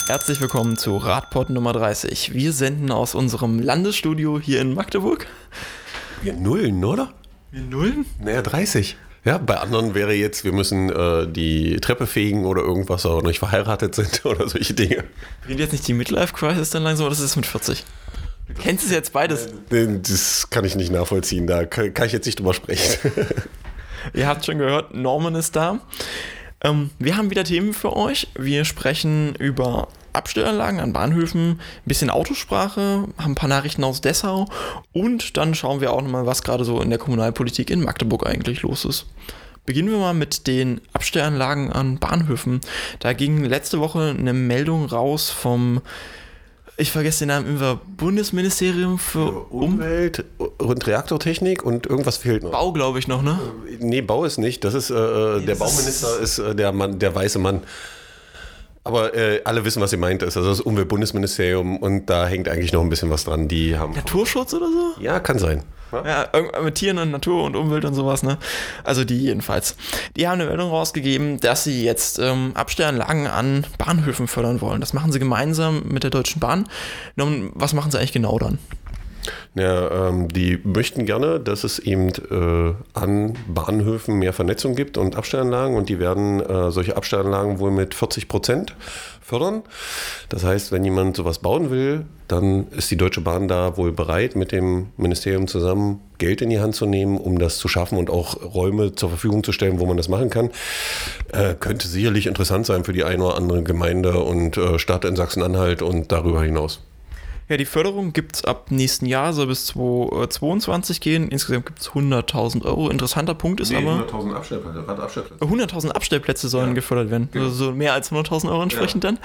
Herzlich willkommen zu Radpod Nummer 30. Wir senden aus unserem Landesstudio hier in Magdeburg. Wir nullen, oder? Wir nullen? Naja, 30. Ja, bei anderen wäre jetzt, wir müssen die Treppe fegen oder irgendwas, aber noch nicht verheiratet sind oder solche Dinge. Wird jetzt nicht die Midlife-Crisis dann langsam, oder ist es mit 40? Du kennst es jetzt beides. Das kann ich nicht nachvollziehen, da kann ich jetzt nicht drüber sprechen. Ihr habt schon gehört, Norman ist da. Wir haben wieder Themen für euch. Wir sprechen über Abstellanlagen an Bahnhöfen, ein bisschen Autosprache, haben ein paar Nachrichten aus Dessau und dann schauen wir auch nochmal, was gerade so in der Kommunalpolitik in Magdeburg eigentlich los ist. Beginnen wir mal mit den Abstellanlagen an Bahnhöfen. Da ging letzte Woche eine Meldung raus vom, ich vergesse den Namen immer, Bundesministerium für Umwelt und Reaktortechnik und irgendwas fehlt noch. Bau, glaube ich noch, ne? Nee, Bau ist nicht. Das ist der Bauminister ist der weiße Mann. Aber alle wissen, was sie meint. Also das Umweltbundesministerium und da hängt eigentlich noch ein bisschen was dran. Die haben Naturschutz oder so? Ja, kann sein. Ja, mit Tieren und Natur und Umwelt und sowas, ne? Also die jedenfalls. Die haben eine Meldung rausgegeben, dass sie jetzt Abstellanlagen an Bahnhöfen fördern wollen. Das machen sie gemeinsam mit der Deutschen Bahn. Nun, was machen sie eigentlich genau dann? Ja, die möchten gerne, dass es eben an Bahnhöfen mehr Vernetzung gibt und Abstellanlagen und die werden solche Abstellanlagen wohl mit 40% fördern. Das heißt, wenn jemand sowas bauen will, dann ist die Deutsche Bahn da wohl bereit, mit dem Ministerium zusammen Geld in die Hand zu nehmen, um das zu schaffen und auch Räume zur Verfügung zu stellen, wo man das machen kann. Könnte sicherlich interessant sein für die eine oder andere Gemeinde und Stadt in Sachsen-Anhalt und darüber hinaus. Ja, die Förderung gibt es ab nächsten Jahr, soll bis 2022 gehen. Insgesamt gibt es 100.000 Euro. Interessanter Punkt ist aber... 100.000 Abstellplätze. 100.000 Abstellplätze sollen gefördert werden. Genau. Also so mehr als 100.000 Euro entsprechend dann.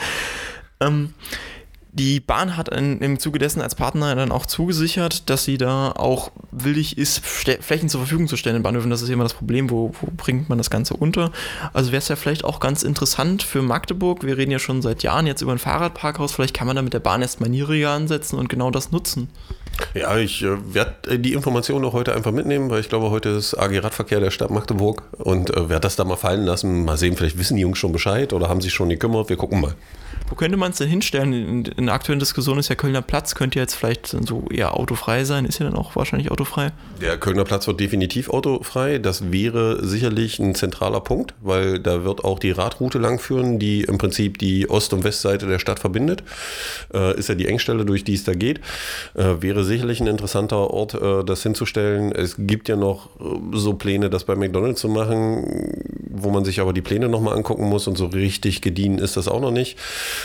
Die Bahn hat im Zuge dessen als Partner dann auch zugesichert, dass sie da auch willig ist, Flächen zur Verfügung zu stellen in Bahnhöfen. Das ist immer das Problem, wo bringt man das Ganze unter? Also wäre es ja vielleicht auch ganz interessant für Magdeburg. Wir reden ja schon seit Jahren jetzt über ein Fahrradparkhaus. Vielleicht kann man da mit der Bahn erstmal Nierige ansetzen und genau das nutzen. Ja, ich werde die Informationen auch heute einfach mitnehmen, weil ich glaube, heute ist AG Radverkehr der Stadt Magdeburg und werde das da mal fallen lassen. Mal sehen, vielleicht wissen die Jungs schon Bescheid oder haben sich schon gekümmert. Wir gucken mal. Wo könnte man es denn hinstellen? In der aktuellen Diskussion ist ja Kölner Platz, könnte jetzt vielleicht so eher autofrei sein, ist ja dann auch wahrscheinlich autofrei. Der Kölner Platz wird definitiv autofrei, das wäre sicherlich ein zentraler Punkt, weil da wird auch die Radroute langführen, die im Prinzip die Ost- und Westseite der Stadt verbindet. Ist ja die Engstelle, durch die es da geht. Wäre sicherlich ein interessanter Ort, das hinzustellen. Es gibt ja noch so Pläne, das bei McDonald's zu machen, wo man sich aber die Pläne nochmal angucken muss und so richtig gediehen ist das auch noch nicht.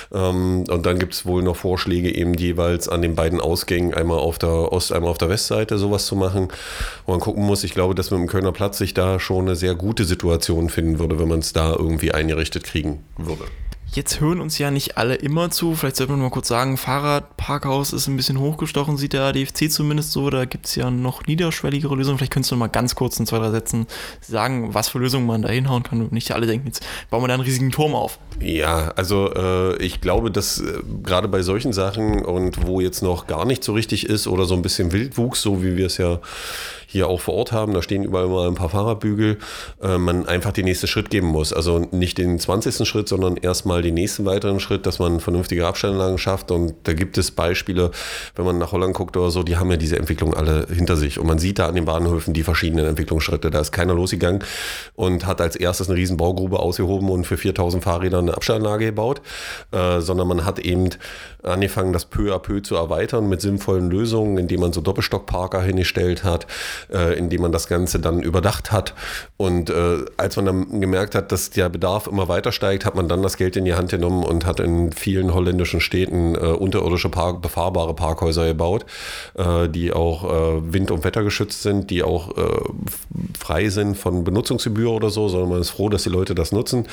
Und dann gibt es wohl noch Vorschläge eben jeweils an den beiden Ausgängen, einmal auf der Ost-, einmal auf der Westseite sowas zu machen, wo man gucken muss. Ich glaube, dass mit dem Kölner Platz sich da schon eine sehr gute Situation finden würde, wenn man es da irgendwie eingerichtet kriegen würde. Jetzt hören uns ja nicht alle immer zu. Vielleicht sollte man mal kurz sagen, Fahrradparkhaus ist ein bisschen hochgestochen, sieht der ADFC zumindest so. Da gibt es ja noch niederschwelligere Lösungen. Vielleicht könntest du noch mal ganz kurz in 2, 3 Sätzen sagen, was für Lösungen man da hinhauen kann. Und nicht alle denken, jetzt bauen wir da einen riesigen Turm auf. Ja, also ich glaube, dass gerade bei solchen Sachen und wo jetzt noch gar nicht so richtig ist oder so ein bisschen Wildwuchs, so wie wir es ja hier auch vor Ort haben, da stehen überall mal ein paar Fahrradbügel, man einfach den nächsten Schritt geben muss. Also nicht den 20. Schritt, sondern erstmal den nächsten weiteren Schritt, dass man vernünftige Abstellanlagen schafft. Und da gibt es Beispiele, wenn man nach Holland guckt oder so, die haben ja diese Entwicklung alle hinter sich. Und man sieht da an den Bahnhöfen die verschiedenen Entwicklungsschritte. Da ist keiner losgegangen und hat als erstes eine riesen Baugrube ausgehoben und für 4.000 Fahrräder eine Abstellanlage gebaut, sondern man hat eben angefangen, das peu à peu zu erweitern mit sinnvollen Lösungen, indem man so Doppelstockparker hingestellt hat, indem man das Ganze dann überdacht hat. Und als man dann gemerkt hat, dass der Bedarf immer weiter steigt, hat man dann das Geld in die Hand genommen und hat in vielen holländischen Städten unterirdische befahrbare Parkhäuser gebaut, die auch wind- und wettergeschützt sind, die auch frei sind von Benutzungsgebühr oder so, sondern man ist froh, dass die Leute das nutzen.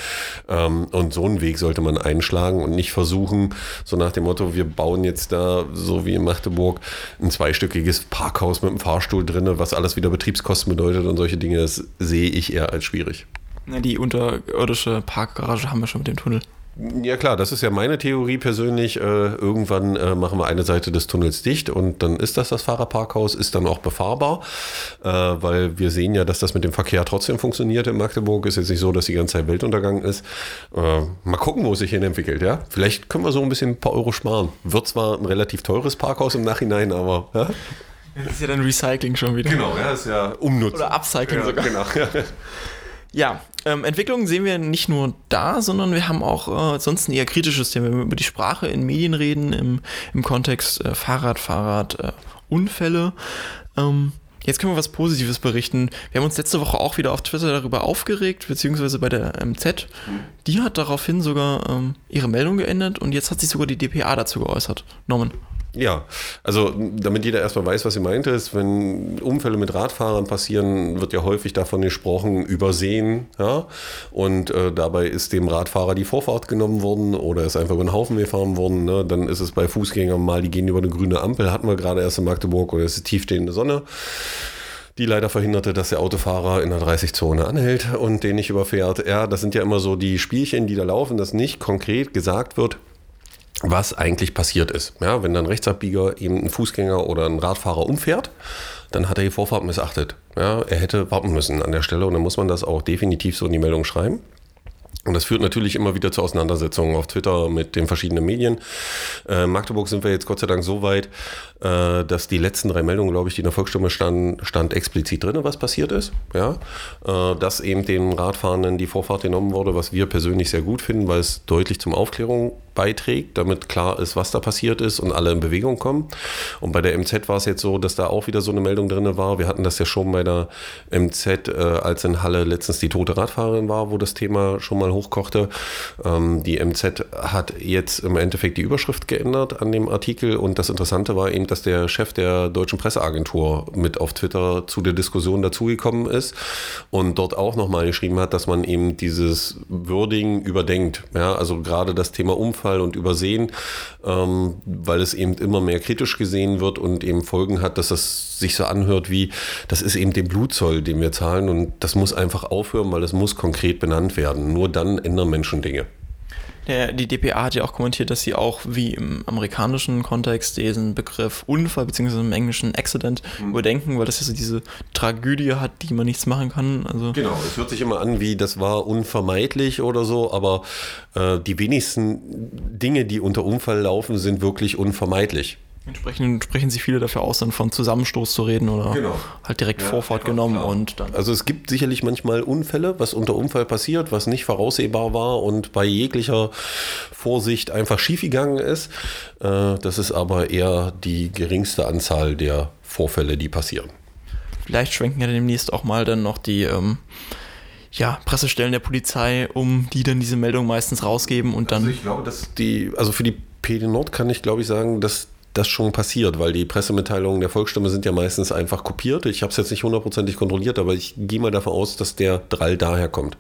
Und so einen Weg sollte man einschlagen und nicht versuchen, so nach dem Motto, wir bauen jetzt da, so wie in Magdeburg, ein zweistöckiges Parkhaus mit einem Fahrstuhl drin, was alles wieder Betriebskosten bedeutet und solche Dinge, das sehe ich eher als schwierig. Na, die unterirdische Parkgarage haben wir schon mit dem Tunnel. Ja klar, das ist ja meine Theorie persönlich. Irgendwann machen wir eine Seite des Tunnels dicht und dann ist das Fahrerparkhaus, ist dann auch befahrbar, weil wir sehen ja, dass das mit dem Verkehr trotzdem funktioniert in Magdeburg. Ist jetzt nicht so, dass die ganze Zeit Weltuntergang ist. Mal gucken, wo es sich hin entwickelt. Ja? Vielleicht können wir so ein paar Euro sparen. Wird zwar ein relativ teures Parkhaus im Nachhinein, aber... Ja? Das ist ja dann Recycling schon wieder. Genau, ja, ist ja Umnutzen. Oder Upcycling sogar. Genau. Ja, Entwicklungen sehen wir nicht nur da, sondern wir haben auch sonst ein eher kritisches Thema. Wenn wir über die Sprache in Medien reden, im Kontext Unfälle. Jetzt können wir was Positives berichten. Wir haben uns letzte Woche auch wieder auf Twitter darüber aufgeregt, beziehungsweise bei der MZ. Die hat daraufhin sogar ihre Meldung geändert und jetzt hat sich sogar die dpa dazu geäußert. Norman. Ja, also damit jeder erstmal weiß, was sie meinte, ist, wenn Unfälle mit Radfahrern passieren, wird ja häufig davon gesprochen, übersehen. Ja? Und dabei ist dem Radfahrer die Vorfahrt genommen worden oder ist einfach über den Haufen gefahren worden. Ne? Dann ist es bei Fußgängern mal, die gehen über eine grüne Ampel, hatten wir gerade erst in Magdeburg, oder ist die tiefstehende Sonne, die leider verhinderte, dass der Autofahrer in der 30-Zone anhält und den nicht überfährt. Ja, das sind ja immer so die Spielchen, die da laufen, dass nicht konkret gesagt wird, was eigentlich passiert ist. Ja, wenn dann ein Rechtsabbieger eben ein Fußgänger oder ein Radfahrer umfährt, dann hat er die Vorfahrt missachtet. Ja, er hätte warten müssen an der Stelle und dann muss man das auch definitiv so in die Meldung schreiben. Und das führt natürlich immer wieder zu Auseinandersetzungen auf Twitter mit den verschiedenen Medien. In Magdeburg sind wir jetzt Gott sei Dank so weit, dass die letzten 3 Meldungen, glaube ich, die in der Volksstimme stand explizit drin, was passiert ist. Ja? Dass eben den Radfahrenden die Vorfahrt genommen wurde, was wir persönlich sehr gut finden, weil es deutlich zum Aufklärung beiträgt, damit klar ist, was da passiert ist und alle in Bewegung kommen. Und bei der MZ war es jetzt so, dass da auch wieder so eine Meldung drin war. Wir hatten das ja schon bei der MZ, als in Halle letztens die tote Radfahrerin war, wo das Thema schon mal hochkochte. Die MZ hat jetzt im Endeffekt die Überschrift geändert an dem Artikel und das Interessante war eben, dass der Chef der Deutschen Presseagentur mit auf Twitter zu der Diskussion dazugekommen ist und dort auch nochmal geschrieben hat, dass man eben dieses Würdigen überdenkt. Ja, also gerade das Thema Unfall und Übersehen, weil es eben immer mehr kritisch gesehen wird und eben Folgen hat, dass das sich so anhört wie, das ist eben der Blutzoll, den wir zahlen und das muss einfach aufhören, weil es muss konkret benannt werden. Nur dann ändern Menschen Dinge. Die dpa hat ja auch kommentiert, dass sie auch wie im amerikanischen Kontext diesen Begriff Unfall bzw. im Englischen Accident überdenken, weil das ja so diese Tragödie hat, die man nichts machen kann. Also genau, es hört sich immer an wie, das war unvermeidlich oder so, aber die wenigsten Dinge, die unter Unfall laufen, sind wirklich unvermeidlich. Entsprechend sprechen sich viele dafür aus, dann von Zusammenstoß zu reden oder halt direkt Vorfahrt genommen. Klar. Und dann. Also es gibt sicherlich manchmal Unfälle, was unter Unfall passiert, was nicht voraussehbar war und bei jeglicher Vorsicht einfach schiefgegangen ist. Das ist aber eher die geringste Anzahl der Vorfälle, die passieren. Vielleicht schwenken ja demnächst auch mal dann noch die Pressestellen der Polizei, die dann diese Meldung meistens rausgeben und dann... Also ich glaube, dass für die PD Nord kann ich glaube ich sagen, dass das schon passiert, weil die Pressemitteilungen der Volksstimme sind ja meistens einfach kopiert. Ich habe es jetzt nicht 100% kontrolliert, aber ich gehe mal davon aus, dass der Drall daher kommt.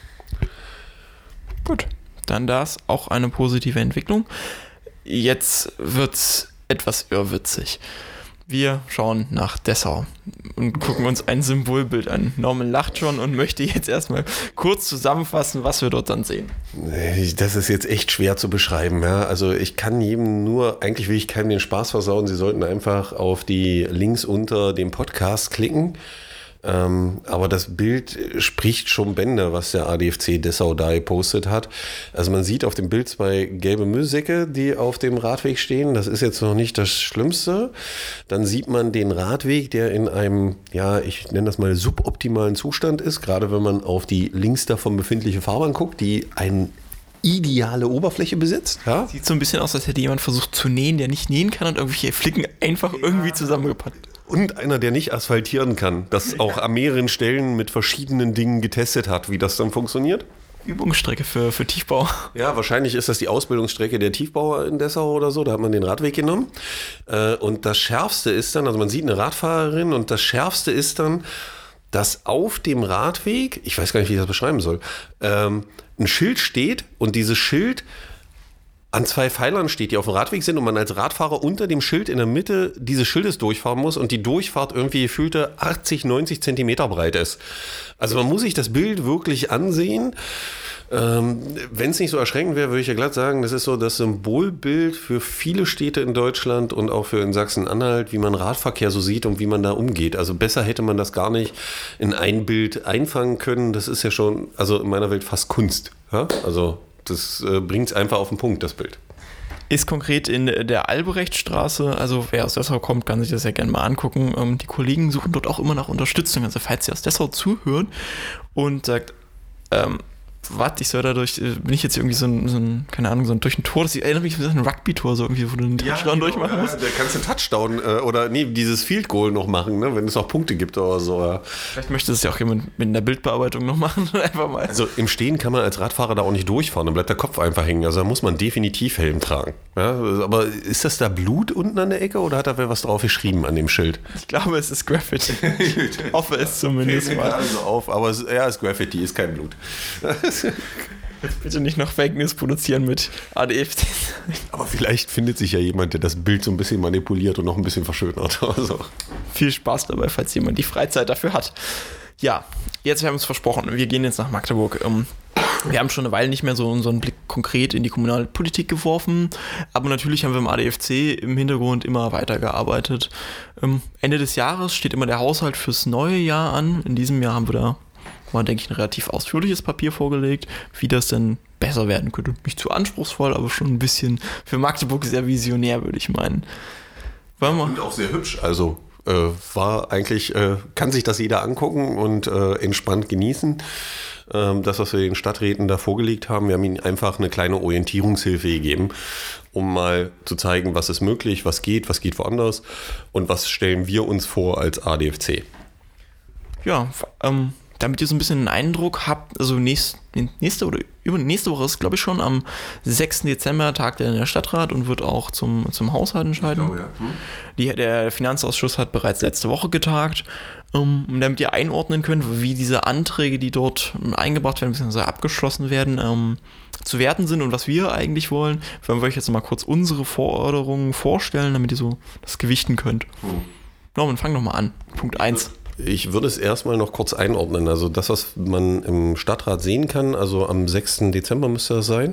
Gut, dann das auch eine positive Entwicklung. Jetzt wird's etwas irrwitzig. Wir schauen nach Dessau und gucken uns ein Symbolbild an. Norman lacht schon und möchte jetzt erstmal kurz zusammenfassen, was wir dort dann sehen. Das ist jetzt echt schwer zu beschreiben. Ja? Also ich kann eigentlich will ich keinem den Spaß versauen. Sie sollten einfach auf die Links unter dem Podcast klicken. Aber das Bild spricht schon Bände, was der ADFC Dessau da gepostet hat. Also man sieht auf dem Bild 2 gelbe Müllsäcke, die auf dem Radweg stehen. Das ist jetzt noch nicht das Schlimmste. Dann sieht man den Radweg, der in einem, ich nenne das mal suboptimalen Zustand ist. Gerade wenn man auf die links davon befindliche Fahrbahn guckt, die eine ideale Oberfläche besitzt. Ja? Sieht so ein bisschen aus, als hätte jemand versucht zu nähen, der nicht nähen kann und irgendwelche Flicken einfach irgendwie zusammengepackt. Und einer, der nicht asphaltieren kann, das auch an mehreren Stellen mit verschiedenen Dingen getestet hat, wie das dann funktioniert. Übungsstrecke für Tiefbau. Ja, wahrscheinlich ist das die Ausbildungsstrecke der Tiefbauer in Dessau oder so, da hat man den Radweg genommen. Und das Schärfste ist dann, also man sieht eine Radfahrerin und das Schärfste ist dann, dass auf dem Radweg, ich weiß gar nicht, wie ich das beschreiben soll, ein Schild steht und dieses Schild an 2 Pfeilern steht, die auf dem Radweg sind und man als Radfahrer unter dem Schild in der Mitte dieses Schildes durchfahren muss und die Durchfahrt irgendwie gefühlte 80, 90 Zentimeter breit ist. Also man muss sich das Bild wirklich ansehen. Wenn es nicht so erschreckend wäre, würde ich ja glatt sagen, das ist so das Symbolbild für viele Städte in Deutschland und auch für in Sachsen-Anhalt, wie man Radverkehr so sieht und wie man da umgeht. Also besser hätte man das gar nicht in ein Bild einfangen können. Das ist ja schon, also in meiner Welt fast Kunst. Ja? Also das bringt es einfach auf den Punkt, das Bild. Ist konkret in der Albrechtstraße, also wer aus Dessau kommt, kann sich das ja gerne mal angucken. Die Kollegen suchen dort auch immer nach Unterstützung, also falls Sie aus Dessau zuhören und sagt, ich soll dadurch, bin ich jetzt irgendwie so ein, keine Ahnung, so ein durch ein Tor, das erinnert mich an ein Rugby-Tor, so irgendwie, wo du einen Touchdown durchmachen musst. Da kannst du einen Touchdown oder dieses Field Goal noch machen, ne, wenn es noch Punkte gibt oder so. Ja. Vielleicht möchte es ja auch jemand mit einer Bildbearbeitung noch machen, einfach mal. Also im Stehen kann man als Radfahrer da auch nicht durchfahren, dann bleibt der Kopf einfach hängen, also da muss man definitiv Helm tragen. Ja, aber ist das da Blut unten an der Ecke oder hat da wer was drauf geschrieben an dem Schild? Ich glaube, es ist Graffiti. Ich hoffe es zumindest mal. Also auf, aber es ist Graffiti, ist kein Blut. Jetzt bitte nicht noch Fake News produzieren mit ADFC. Aber vielleicht findet sich ja jemand, der das Bild so ein bisschen manipuliert und noch ein bisschen verschönert. Also. Viel Spaß dabei, falls jemand die Freizeit dafür hat. Ja, jetzt, wir haben es versprochen, wir gehen jetzt nach Magdeburg. Wir haben schon eine Weile nicht mehr so unseren Blick konkret in die Kommunalpolitik geworfen, aber natürlich haben wir im ADFC im Hintergrund immer weitergearbeitet. Ende des Jahres steht immer der Haushalt fürs neue Jahr an. In diesem Jahr haben wir da denke ich, ein relativ ausführliches Papier vorgelegt, wie das denn besser werden könnte. Nicht zu anspruchsvoll, aber schon ein bisschen für Magdeburg sehr visionär, würde ich meinen. Und auch sehr hübsch, also war eigentlich, kann sich das jeder angucken und entspannt genießen. Das, was wir den Stadträten da vorgelegt haben, wir haben ihnen einfach eine kleine Orientierungshilfe gegeben, um mal zu zeigen, was ist möglich, was geht woanders und was stellen wir uns vor als ADFC. Ja, damit ihr so ein bisschen einen Eindruck habt, also nächste Woche ist, glaube ich, schon am 6. Dezember tagt der Stadtrat und wird auch zum Haushalt entscheiden. Ich glaube, ja. Der Finanzausschuss hat bereits letzte Woche getagt, damit ihr einordnen könnt, wie diese Anträge, die dort eingebracht werden, bzw. abgeschlossen werden, zu werten sind und was wir eigentlich wollen. Wollen wir euch jetzt mal kurz unsere Forderungen vorstellen, damit ihr so das gewichten könnt. Norman, fang doch mal an. Punkt 1. Ich würde es erstmal noch kurz einordnen. Also das, was man im Stadtrat sehen kann, also am 6. Dezember müsste das sein.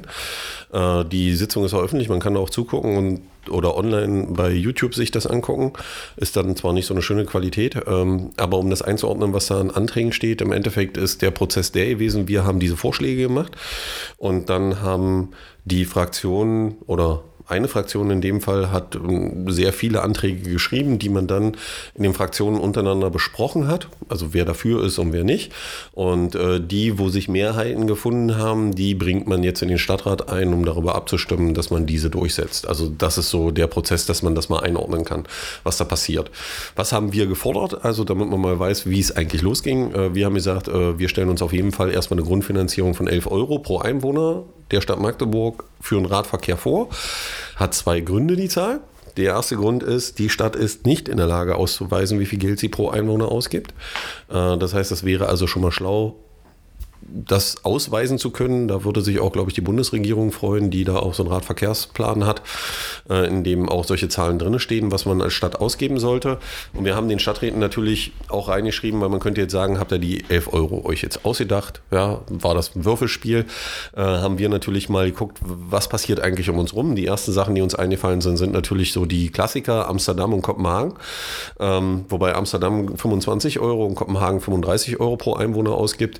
Die Sitzung ist auch öffentlich, man kann auch zugucken oder online bei YouTube sich das angucken. Ist dann zwar nicht so eine schöne Qualität, aber um das einzuordnen, was da an Anträgen steht, im Endeffekt ist der Prozess der gewesen, wir haben diese Vorschläge gemacht und dann haben die Fraktionen oder eine Fraktion in dem Fall hat sehr viele Anträge geschrieben, die man dann in den Fraktionen untereinander besprochen hat, also wer dafür ist und wer nicht. Und die, wo sich Mehrheiten gefunden haben, die bringt man jetzt in den Stadtrat ein, um darüber abzustimmen, dass man diese durchsetzt. Also das ist so der Prozess, dass man das mal einordnen kann, was da passiert. Was haben wir gefordert? Also damit man mal weiß, wie es eigentlich losging. Wir haben gesagt, wir stellen uns auf jeden Fall erstmal eine Grundfinanzierung von 11 € pro Einwohner der Stadt Magdeburg für den Radverkehr vor. Hat 2 Gründe, die Zahl. Der erste Grund ist, die Stadt ist nicht in der Lage auszuweisen, wie viel Geld sie pro Einwohner ausgibt. Das heißt, das wäre also schon mal schlau, das ausweisen zu können. Da würde sich auch, glaube ich, die Bundesregierung freuen, die da auch so einen Radverkehrsplan hat, in dem auch solche Zahlen drin stehen, was man als Stadt ausgeben sollte. Und wir haben den Stadträten natürlich auch reingeschrieben, weil man könnte jetzt sagen, habt ihr die 11 € euch jetzt ausgedacht? Ja, war das ein Würfelspiel? Haben wir natürlich mal geguckt, was passiert eigentlich um uns rum. Die ersten Sachen, die uns eingefallen sind natürlich so die Klassiker Amsterdam und Kopenhagen. Wobei Amsterdam 25 € und Kopenhagen 35 € pro Einwohner ausgibt.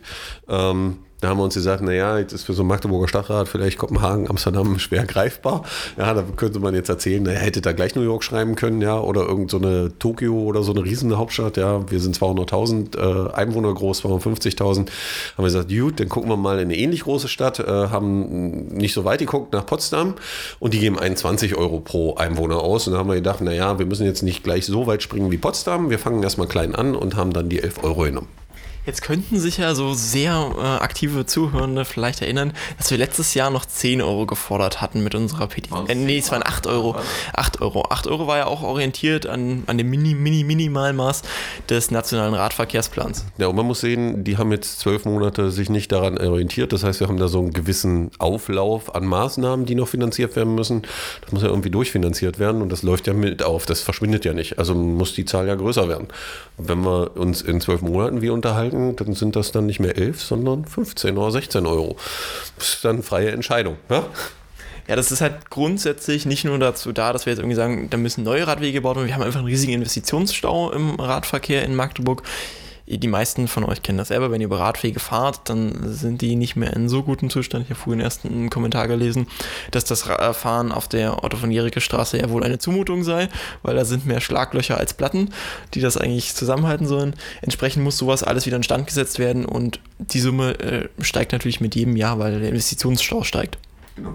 Da haben wir uns gesagt, naja, jetzt ist für so einen Magdeburger Stadtrat vielleicht Kopenhagen, Amsterdam schwer greifbar. Ja, da könnte man jetzt erzählen, naja, hätte da gleich New York schreiben können, ja, oder irgend so eine Tokio oder so eine riesen Hauptstadt, ja, wir sind 200.000 Einwohner groß, 250.000. Haben wir gesagt, gut, dann gucken wir mal in eine ähnlich große Stadt, haben nicht so weit geguckt nach Potsdam und die geben 21 € pro Einwohner aus. Und da haben wir gedacht, naja, wir müssen jetzt nicht gleich so weit springen wie Potsdam, wir fangen erstmal klein an und haben dann die 11 € genommen. Jetzt könnten sich ja so sehr aktive Zuhörende vielleicht erinnern, dass wir letztes Jahr noch 10 Euro gefordert hatten mit unserer Petition. Nee, es waren 8 Euro. 8 Euro. 8 Euro war ja auch orientiert an dem Minimalmaß des nationalen Radverkehrsplans. Ja, und man muss sehen, die haben jetzt 12 Monate sich nicht daran orientiert. Das heißt, wir haben da so einen gewissen Auflauf an Maßnahmen, die noch finanziert werden müssen. Das muss ja irgendwie durchfinanziert werden und das läuft ja mit auf. Das verschwindet ja nicht. Also muss die Zahl ja größer werden. Wenn wir uns in 12 Monaten wie unterhalten, dann sind das dann nicht mehr 11, sondern 15 oder 16 Euro. Das ist dann freie Entscheidung. Ja? Ja, das ist halt grundsätzlich nicht nur dazu da, dass wir jetzt irgendwie sagen, da müssen neue Radwege gebaut werden. Wir haben einfach einen riesigen Investitionsstau im Radverkehr in Magdeburg. Die meisten von euch kennen das selber, wenn ihr über Radwege fahrt, dann sind die nicht mehr in so gutem Zustand. Ich habe vorhin erst einen Kommentar gelesen, dass das Fahren auf der Otto-von-Guericke-Straße ja wohl eine Zumutung sei, weil da sind mehr Schlaglöcher als Platten, die das eigentlich zusammenhalten sollen. Entsprechend muss sowas alles wieder in Stand gesetzt werden und die Summe steigt natürlich mit jedem Jahr, weil der Investitionsstau steigt. Genau.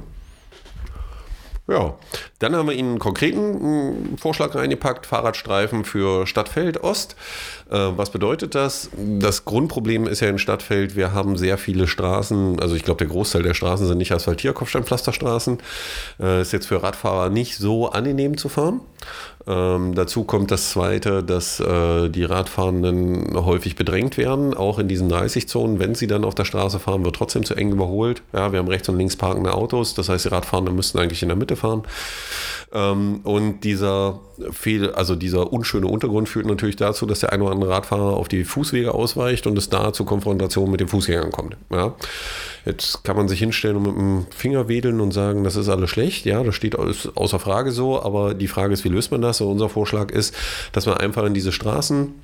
Ja, dann haben wir Ihnen einen konkreten Vorschlag reingepackt, Fahrradstreifen für Stadtfeld Ost. Was bedeutet das? Das Grundproblem ist ja in Stadtfeld, wir haben sehr viele Straßen, also ich glaube der Großteil der Straßen sind nicht Asphaltier-, Kopfsteinpflasterstraßen. Ist jetzt für Radfahrer nicht so angenehm zu fahren. Dazu kommt das Zweite, dass die Radfahrenden häufig bedrängt werden, auch in diesen 30-Zonen. Wenn sie dann auf der Straße fahren, wird trotzdem zu eng überholt. Ja, wir haben rechts und links parkende Autos, das heißt, die Radfahrenden müssten eigentlich in der Mitte fahren. Und dieser unschöne Untergrund führt natürlich dazu, dass der ein oder andere Radfahrer auf die Fußwege ausweicht und es da zu Konfrontationen mit den Fußgängern kommt. Ja. Jetzt kann man sich hinstellen und mit dem Finger wedeln und sagen, das ist alles schlecht. Ja, das steht außer Frage so, aber die Frage ist, wie löst man das? Und unser Vorschlag ist, dass man einfach in diese Straßen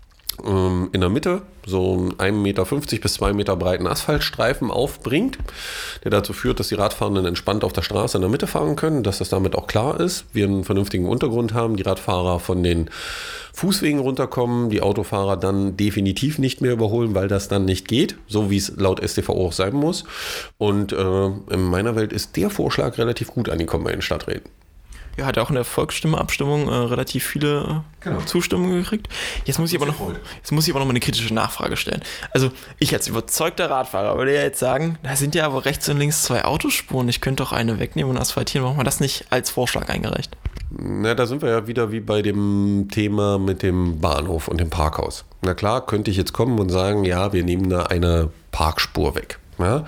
in der Mitte so einen 1,50 Meter bis 2 Meter breiten Asphaltstreifen aufbringt, der dazu führt, dass die Radfahrenden entspannt auf der Straße in der Mitte fahren können, dass das damit auch klar ist, wir einen vernünftigen Untergrund haben, die Radfahrer von den Fußwegen runterkommen, die Autofahrer dann definitiv nicht mehr überholen, weil das dann nicht geht, so wie es laut StVO auch sein muss. Und in meiner Welt ist der Vorschlag relativ gut angekommen bei den Stadträten. Ja, hat auch in der Volksstimme-Abstimmung relativ viele Zustimmungen gekriegt. Jetzt muss ich aber noch mal eine kritische Nachfrage stellen. Also ich als überzeugter Radfahrer würde ja jetzt sagen, da sind ja aber rechts und links 2 Autospuren. Ich könnte doch eine wegnehmen und asphaltieren. Warum haben wir das nicht als Vorschlag eingereicht? Na, da sind wir ja wieder wie bei dem Thema mit dem Bahnhof und dem Parkhaus. Na klar, könnte ich jetzt kommen und sagen, ja, wir nehmen da eine Parkspur weg. Ja?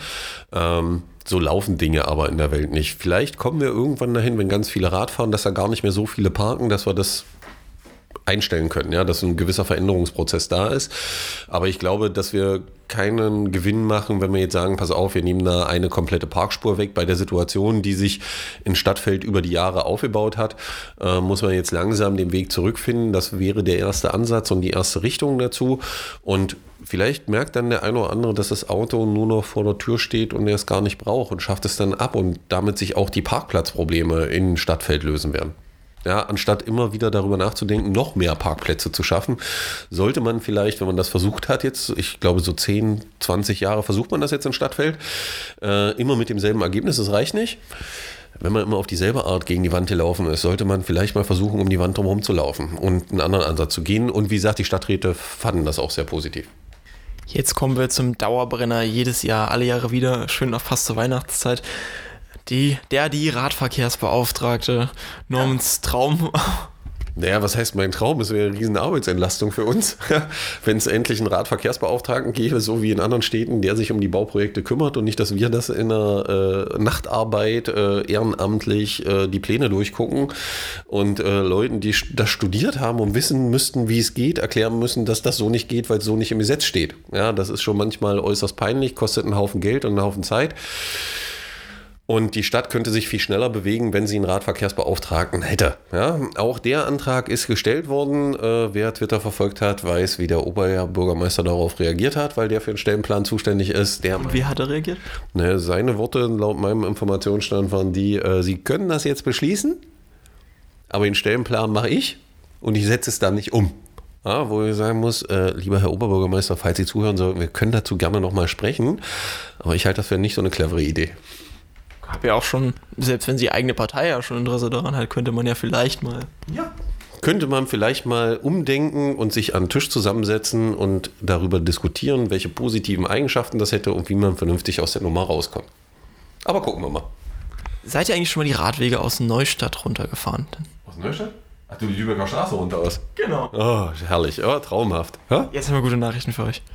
So laufen Dinge aber in der Welt nicht. Vielleicht kommen wir irgendwann dahin, wenn ganz viele Rad fahren, dass da gar nicht mehr so viele parken, dass wir das einstellen können, ja, dass ein gewisser Veränderungsprozess da ist. Aber ich glaube, dass wir keinen Gewinn machen, wenn wir jetzt sagen, pass auf, wir nehmen da eine komplette Parkspur weg. Bei der Situation, die sich in Stadtfeld über die Jahre aufgebaut hat, muss man jetzt langsam den Weg zurückfinden. Das wäre der erste Ansatz und die erste Richtung dazu. Und vielleicht merkt dann der eine oder andere, dass das Auto nur noch vor der Tür steht und er es gar nicht braucht und schafft es dann ab und damit sich auch die Parkplatzprobleme in Stadtfeld lösen werden. Ja, anstatt immer wieder darüber nachzudenken, noch mehr Parkplätze zu schaffen, sollte man vielleicht, wenn man das versucht hat jetzt, ich glaube so 10, 20 Jahre versucht man das jetzt in Stadtfeld, immer mit demselben Ergebnis, das reicht nicht. Wenn man immer auf dieselbe Art gegen die Wand gelaufen ist, sollte man vielleicht mal versuchen, um die Wand drumherum zu laufen und einen anderen Ansatz zu gehen. Und wie gesagt, die Stadträte fanden das auch sehr positiv. Jetzt kommen wir zum Dauerbrenner jedes Jahr, alle Jahre wieder, schön noch fast zur Weihnachtszeit. Die Radverkehrsbeauftragte Normans Traum. Naja, was heißt mein Traum? Es wäre eine riesen Arbeitsentlastung für uns, wenn es endlich einen Radverkehrsbeauftragten gäbe, so wie in anderen Städten, der sich um die Bauprojekte kümmert und nicht, dass wir das in einer Nachtarbeit ehrenamtlich die Pläne durchgucken und Leuten, die das studiert haben und wissen müssten, wie es geht, erklären müssen, dass das so nicht geht, weil es so nicht im Gesetz steht. Ja, das ist schon manchmal äußerst peinlich, kostet einen Haufen Geld und einen Haufen Zeit. Und die Stadt könnte sich viel schneller bewegen, wenn sie einen Radverkehrsbeauftragten hätte. Ja, auch der Antrag ist gestellt worden. Wer Twitter verfolgt hat, weiß, wie der Oberbürgermeister darauf reagiert hat, weil der für den Stellenplan zuständig ist. Und wie hat er reagiert? Seine Worte laut meinem Informationsstand waren die, Sie können das jetzt beschließen, aber den Stellenplan mache ich und ich setze es dann nicht um. Ja, wo ich sagen muss, lieber Herr Oberbürgermeister, falls Sie zuhören sollten, wir können dazu gerne nochmal sprechen, aber ich halte das für nicht so eine clevere Idee. Habe ja auch schon, selbst wenn die eigene Partei ja schon Interesse daran hat, könnte man ja vielleicht mal. Ja. könnte man vielleicht mal umdenken und sich an den Tisch zusammensetzen und darüber diskutieren, welche positiven Eigenschaften das hätte und wie man vernünftig aus der Nummer rauskommt. Aber gucken wir mal. Seid ihr eigentlich schon mal die Radwege aus Neustadt runtergefahren? Aus Neustadt? Ach du, die Lübecker Straße runter aus. Genau. Oh, herrlich, oh, traumhaft. Ja? Jetzt haben wir gute Nachrichten für euch.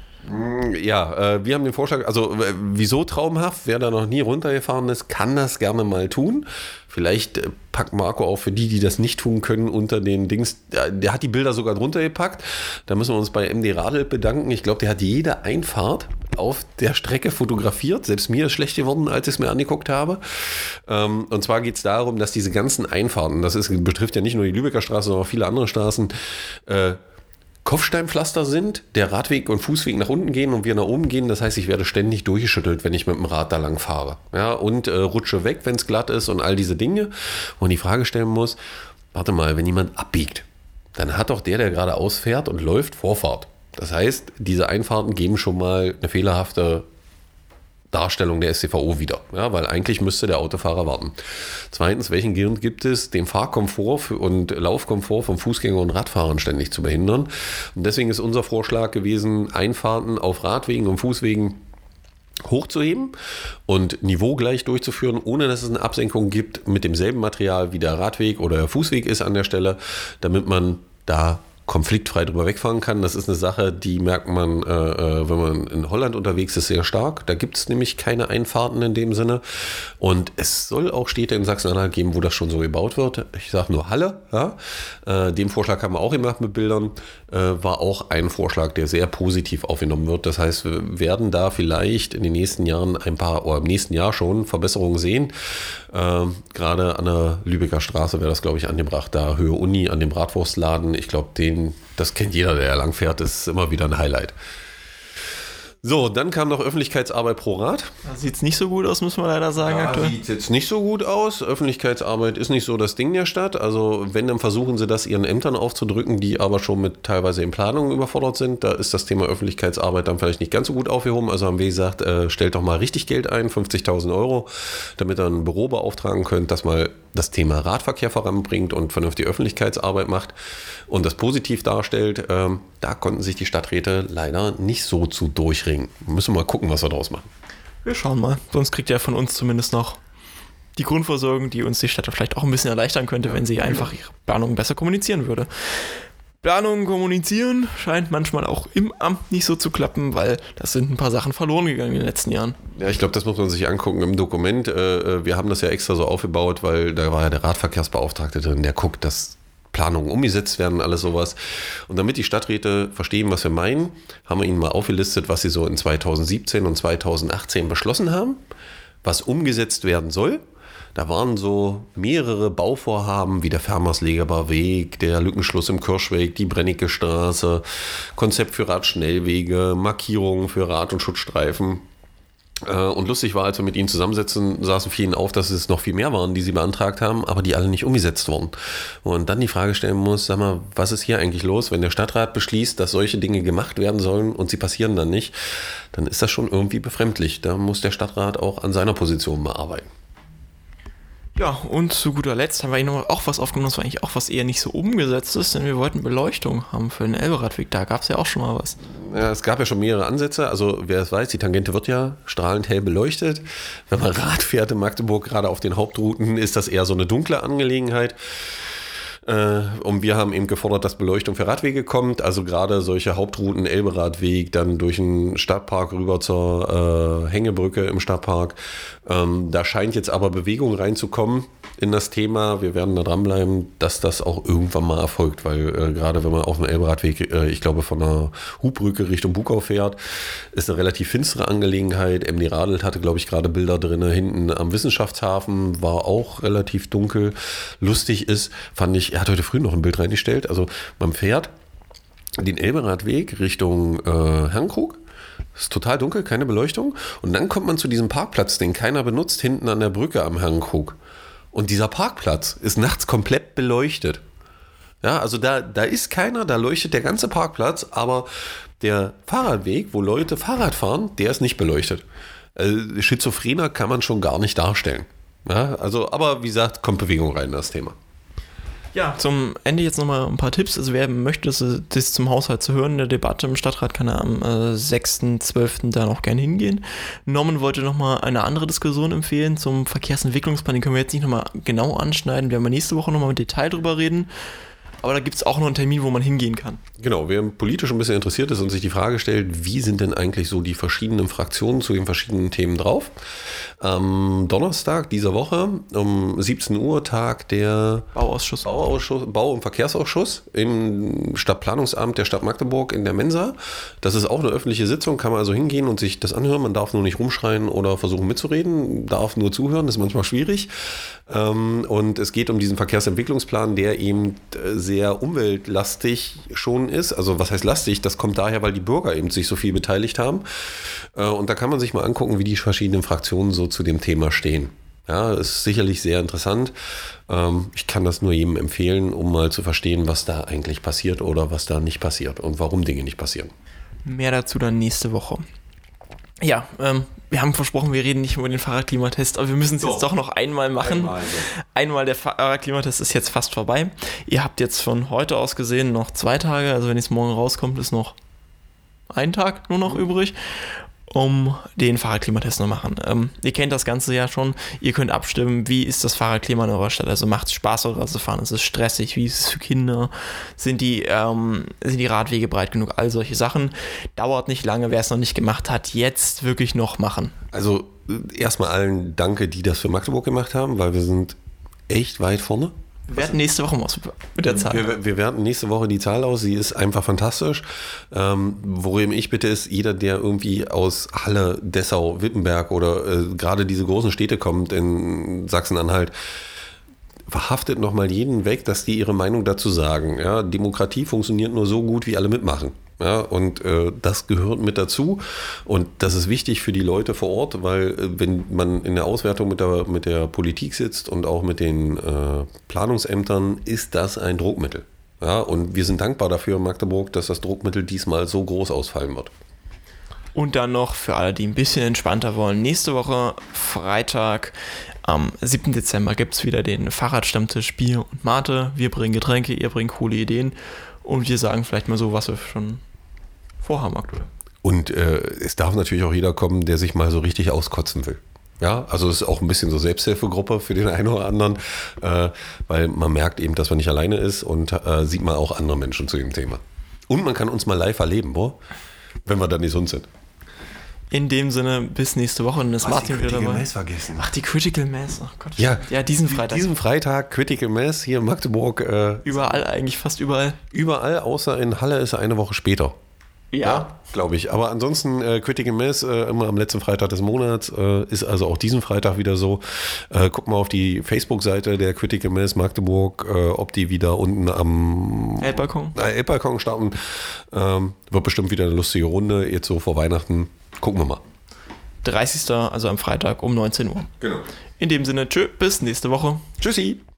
Ja, wir haben den Vorschlag, also wieso traumhaft? Wer da noch nie runtergefahren ist, kann das gerne mal tun. Vielleicht packt Marco auch für die das nicht tun können, unter den Dings. Der hat die Bilder sogar drunter gepackt. Da müssen wir uns bei MD Radl bedanken. Ich glaube, der hat jede Einfahrt auf der Strecke fotografiert. Selbst mir ist schlecht geworden, als ich es mir angeguckt habe. Und zwar geht es darum, dass diese ganzen Einfahrten, betrifft ja nicht nur die Lübecker Straße, sondern auch viele andere Straßen, Kopfsteinpflaster sind, der Radweg und Fußweg nach unten gehen und wir nach oben gehen. Das heißt, ich werde ständig durchgeschüttelt, wenn ich mit dem Rad da lang fahre. Ja, und rutsche weg, wenn es glatt ist und all diese Dinge. Wo man die Frage stellen muss, warte mal, wenn jemand abbiegt, dann hat doch der geradeaus fährt und läuft, Vorfahrt. Das heißt, diese Einfahrten geben schon mal eine fehlerhafte Darstellung der StVO wieder, ja, weil eigentlich müsste der Autofahrer warten. Zweitens, welchen Grund gibt es, den Fahrkomfort und Laufkomfort von Fußgängern und Radfahrern ständig zu behindern? Und deswegen ist unser Vorschlag gewesen, Einfahrten auf Radwegen und Fußwegen hochzuheben und niveaugleich durchzuführen, ohne dass es eine Absenkung gibt mit demselben Material wie der Radweg oder der Fußweg ist an der Stelle, damit man da konfliktfrei drüber wegfahren kann. Das ist eine Sache, die merkt man, wenn man in Holland unterwegs ist, sehr stark. Da gibt es nämlich keine Einfahrten in dem Sinne. Und es soll auch Städte in Sachsen-Anhalt geben, wo das schon so gebaut wird. Ich sage nur Halle. Ja. Den Vorschlag haben wir auch gemacht mit Bildern. War auch ein Vorschlag, der sehr positiv aufgenommen wird. Das heißt, wir werden da vielleicht in den nächsten Jahren oder im nächsten Jahr schon Verbesserungen sehen. Gerade an der Lübecker Straße wäre das, glaube ich, angebracht. Da Höhe Uni an dem Bratwurstladen. Ich glaube, das kennt jeder, der lang fährt. Das ist immer wieder ein Highlight. So, dann kam noch Öffentlichkeitsarbeit pro Rad. Da sieht es nicht so gut aus, muss man leider sagen. Ja, sieht jetzt nicht so gut aus. Öffentlichkeitsarbeit ist nicht so das Ding der Stadt. Also wenn, dann versuchen sie das ihren Ämtern aufzudrücken, die aber schon mit teilweise in Planungen überfordert sind. Da ist das Thema Öffentlichkeitsarbeit dann vielleicht nicht ganz so gut aufgehoben. Also haben wir gesagt, stellt doch mal richtig Geld ein, 50.000 Euro, damit ihr ein Büro beauftragen könnt, das mal das Thema Radverkehr voranbringt und vernünftige Öffentlichkeitsarbeit macht und das positiv darstellt. Da konnten sich die Stadträte leider nicht so zu durchringen. Müssen wir mal gucken, was wir daraus machen. Wir schauen mal. Sonst kriegt ihr von uns zumindest noch die Grundversorgung, die uns die Stadt vielleicht auch ein bisschen erleichtern könnte, wenn sie einfach ihre Planung besser kommunizieren würde. Planungen kommunizieren scheint manchmal auch im Amt nicht so zu klappen, weil das sind ein paar Sachen verloren gegangen in den letzten Jahren. Ja, ich glaube, das muss man sich angucken im Dokument. Wir haben das ja extra so aufgebaut, weil da war ja der Radverkehrsbeauftragte drin, der guckt, dass Planungen umgesetzt werden, alles sowas. Und damit die Stadträte verstehen, was wir meinen, haben wir ihnen mal aufgelistet, was sie so in 2017 und 2018 beschlossen haben, was umgesetzt werden soll. Da waren so mehrere Bauvorhaben wie der Fermerslegerer Weg, der Lückenschluss im Kirschweg, die Brennecke Straße, Konzept für Radschnellwege, Markierungen für Rad- und Schutzstreifen. Und lustig war, als wir mit ihnen zusammensetzen, saßen vielen auf, dass es noch viel mehr waren, die sie beantragt haben, aber die alle nicht umgesetzt wurden. Und dann die Frage stellen muss, sag mal, was ist hier eigentlich los, wenn der Stadtrat beschließt, dass solche Dinge gemacht werden sollen und sie passieren dann nicht, dann ist das schon irgendwie befremdlich. Da muss der Stadtrat auch an seiner Position mal arbeiten. Ja, und zu guter Letzt haben wir hier noch auch was aufgenommen, das war eigentlich auch was eher nicht so umgesetzt ist, denn wir wollten Beleuchtung haben für den Elberadweg, da gab es ja auch schon mal was. Ja, es gab ja schon mehrere Ansätze, also wer es weiß, die Tangente wird ja strahlend hell beleuchtet. Wenn man Rad fährt in Magdeburg, gerade auf den Hauptrouten, ist das eher so eine dunkle Angelegenheit. Und wir haben eben gefordert, dass Beleuchtung für Radwege kommt, also gerade solche Hauptrouten, Elberadweg, dann durch den Stadtpark rüber zur Hängebrücke im Stadtpark. Da scheint jetzt aber Bewegung reinzukommen in das Thema. Wir werden da dranbleiben, dass das auch irgendwann mal erfolgt, weil gerade wenn man auf dem Elberadweg, ich glaube von der Hubbrücke Richtung Bukau fährt, ist eine relativ finstere Angelegenheit. MD Radl hatte, glaube ich, gerade Bilder drin, hinten am Wissenschaftshafen war auch relativ dunkel. Lustig ist, fand ich, er hat heute früh noch ein Bild reingestellt, also man fährt den Elberadweg Richtung Herrenkrug, ist total dunkel, keine Beleuchtung und dann kommt man zu diesem Parkplatz, den keiner benutzt, hinten an der Brücke am Herrenkrug und dieser Parkplatz ist nachts komplett beleuchtet. Ja, also da ist keiner, da leuchtet der ganze Parkplatz, aber der Fahrradweg, wo Leute Fahrrad fahren, der ist nicht beleuchtet. Schizophrener kann man schon gar nicht darstellen. Ja, also, aber wie gesagt, kommt Bewegung rein in das Thema. Ja, zum Ende jetzt nochmal ein paar Tipps. Also wer möchte, das zum Haushalt zu hören in der Debatte im Stadtrat, kann er am 6.12. da noch gerne hingehen. Norman wollte nochmal eine andere Diskussion empfehlen zum Verkehrsentwicklungsplan. Den können wir jetzt nicht nochmal genau anschneiden. Wir werden nächste Woche nochmal im Detail drüber reden. Aber da gibt es auch noch einen Termin, wo man hingehen kann. Genau, wer politisch ein bisschen interessiert ist und sich die Frage stellt, wie sind denn eigentlich so die verschiedenen Fraktionen zu den verschiedenen Themen drauf? Am Donnerstag dieser Woche um 17 Uhr tagt der Bau- und Verkehrsausschuss im Stadtplanungsamt der Stadt Magdeburg in der Mensa. Das ist auch eine öffentliche Sitzung, kann man also hingehen und sich das anhören. Man darf nur nicht rumschreien oder versuchen mitzureden, darf nur zuhören, das ist manchmal schwierig. Und es geht um diesen Verkehrsentwicklungsplan, der eben sehr umweltlastig schon ist. Also was heißt lastig? Das kommt daher, weil die Bürger eben sich so viel beteiligt haben. Und da kann man sich mal angucken, wie die verschiedenen Fraktionen so zu dem Thema stehen. Ja, ist sicherlich sehr interessant. Ich kann das nur jedem empfehlen, um mal zu verstehen, was da eigentlich passiert oder was da nicht passiert und warum Dinge nicht passieren. Mehr dazu dann nächste Woche. Ja, wir haben versprochen, wir reden nicht über den Fahrradklimatest, aber wir müssen es jetzt doch noch einmal machen. Einmal der Fahrradklimatest ist jetzt fast vorbei. Ihr habt jetzt von heute aus gesehen noch 2 Tage, also wenn es morgen rauskommt, ist noch ein Tag nur noch übrig, um den Fahrradklimatest zu machen. Ihr kennt das Ganze ja schon. Ihr könnt abstimmen, wie ist das Fahrradklima in eurer Stadt? Also macht es Spaß, Rad zu fahren? Ist es stressig? Wie ist es für Kinder? Sind die Radwege breit genug? All solche Sachen. Dauert nicht lange. Wer es noch nicht gemacht hat, jetzt wirklich noch machen. Also erstmal allen danke, die das für Magdeburg gemacht haben, weil wir sind echt weit vorne. Wir werten nächste Woche mal mit der Zahl. Wir werten nächste Woche die Zahl aus. Sie ist einfach fantastisch. Worum ich bitte ist, jeder, der irgendwie aus Halle, Dessau, Wittenberg oder gerade diese großen Städte kommt in Sachsen-Anhalt, verhaftet nochmal jeden weg, dass die ihre Meinung dazu sagen. Ja, Demokratie funktioniert nur so gut, wie alle mitmachen. Ja, und das gehört mit dazu und das ist wichtig für die Leute vor Ort, weil wenn man in der Auswertung mit der Politik sitzt und auch mit den Planungsämtern, ist das ein Druckmittel. Ja, und wir sind dankbar dafür in Magdeburg, dass das Druckmittel diesmal so groß ausfallen wird. Und dann noch für alle, die ein bisschen entspannter wollen, nächste Woche Freitag am 7. Dezember gibt es wieder den Fahrradstammtisch Bier und Mate. Wir bringen Getränke, ihr bringt coole Ideen. Und wir sagen vielleicht mal so, was wir schon vorhaben aktuell. Und es darf natürlich auch jeder kommen, der sich mal so richtig auskotzen will. Ja, also es ist auch ein bisschen so Selbsthilfegruppe für den einen oder anderen, weil man merkt eben, dass man nicht alleine ist und sieht mal auch andere Menschen zu dem Thema. Und man kann uns mal live erleben, wenn wir dann gesund sind. In dem Sinne, bis nächste Woche. Dann ist Martin wieder dabei. Critical Mass vergessen. Ach, die Critical Mass. Ach Gott. Ja, diesen Freitag. Diesen Freitag, Critical Mass hier in Magdeburg. Überall eigentlich, fast überall. Überall, außer in Halle ist er eine Woche später. Ja, glaube ich. Aber ansonsten Critical Mass immer am letzten Freitag des Monats. Ist also auch diesen Freitag wieder so. Guck mal auf die Facebook-Seite der Critical Mass Magdeburg, ob die wieder unten am Elbbalkon starten. Wird bestimmt wieder eine lustige Runde. Jetzt so vor Weihnachten. Gucken wir mal. 30. also am Freitag um 19 Uhr. Genau. In dem Sinne, tschö, bis nächste Woche. Tschüssi.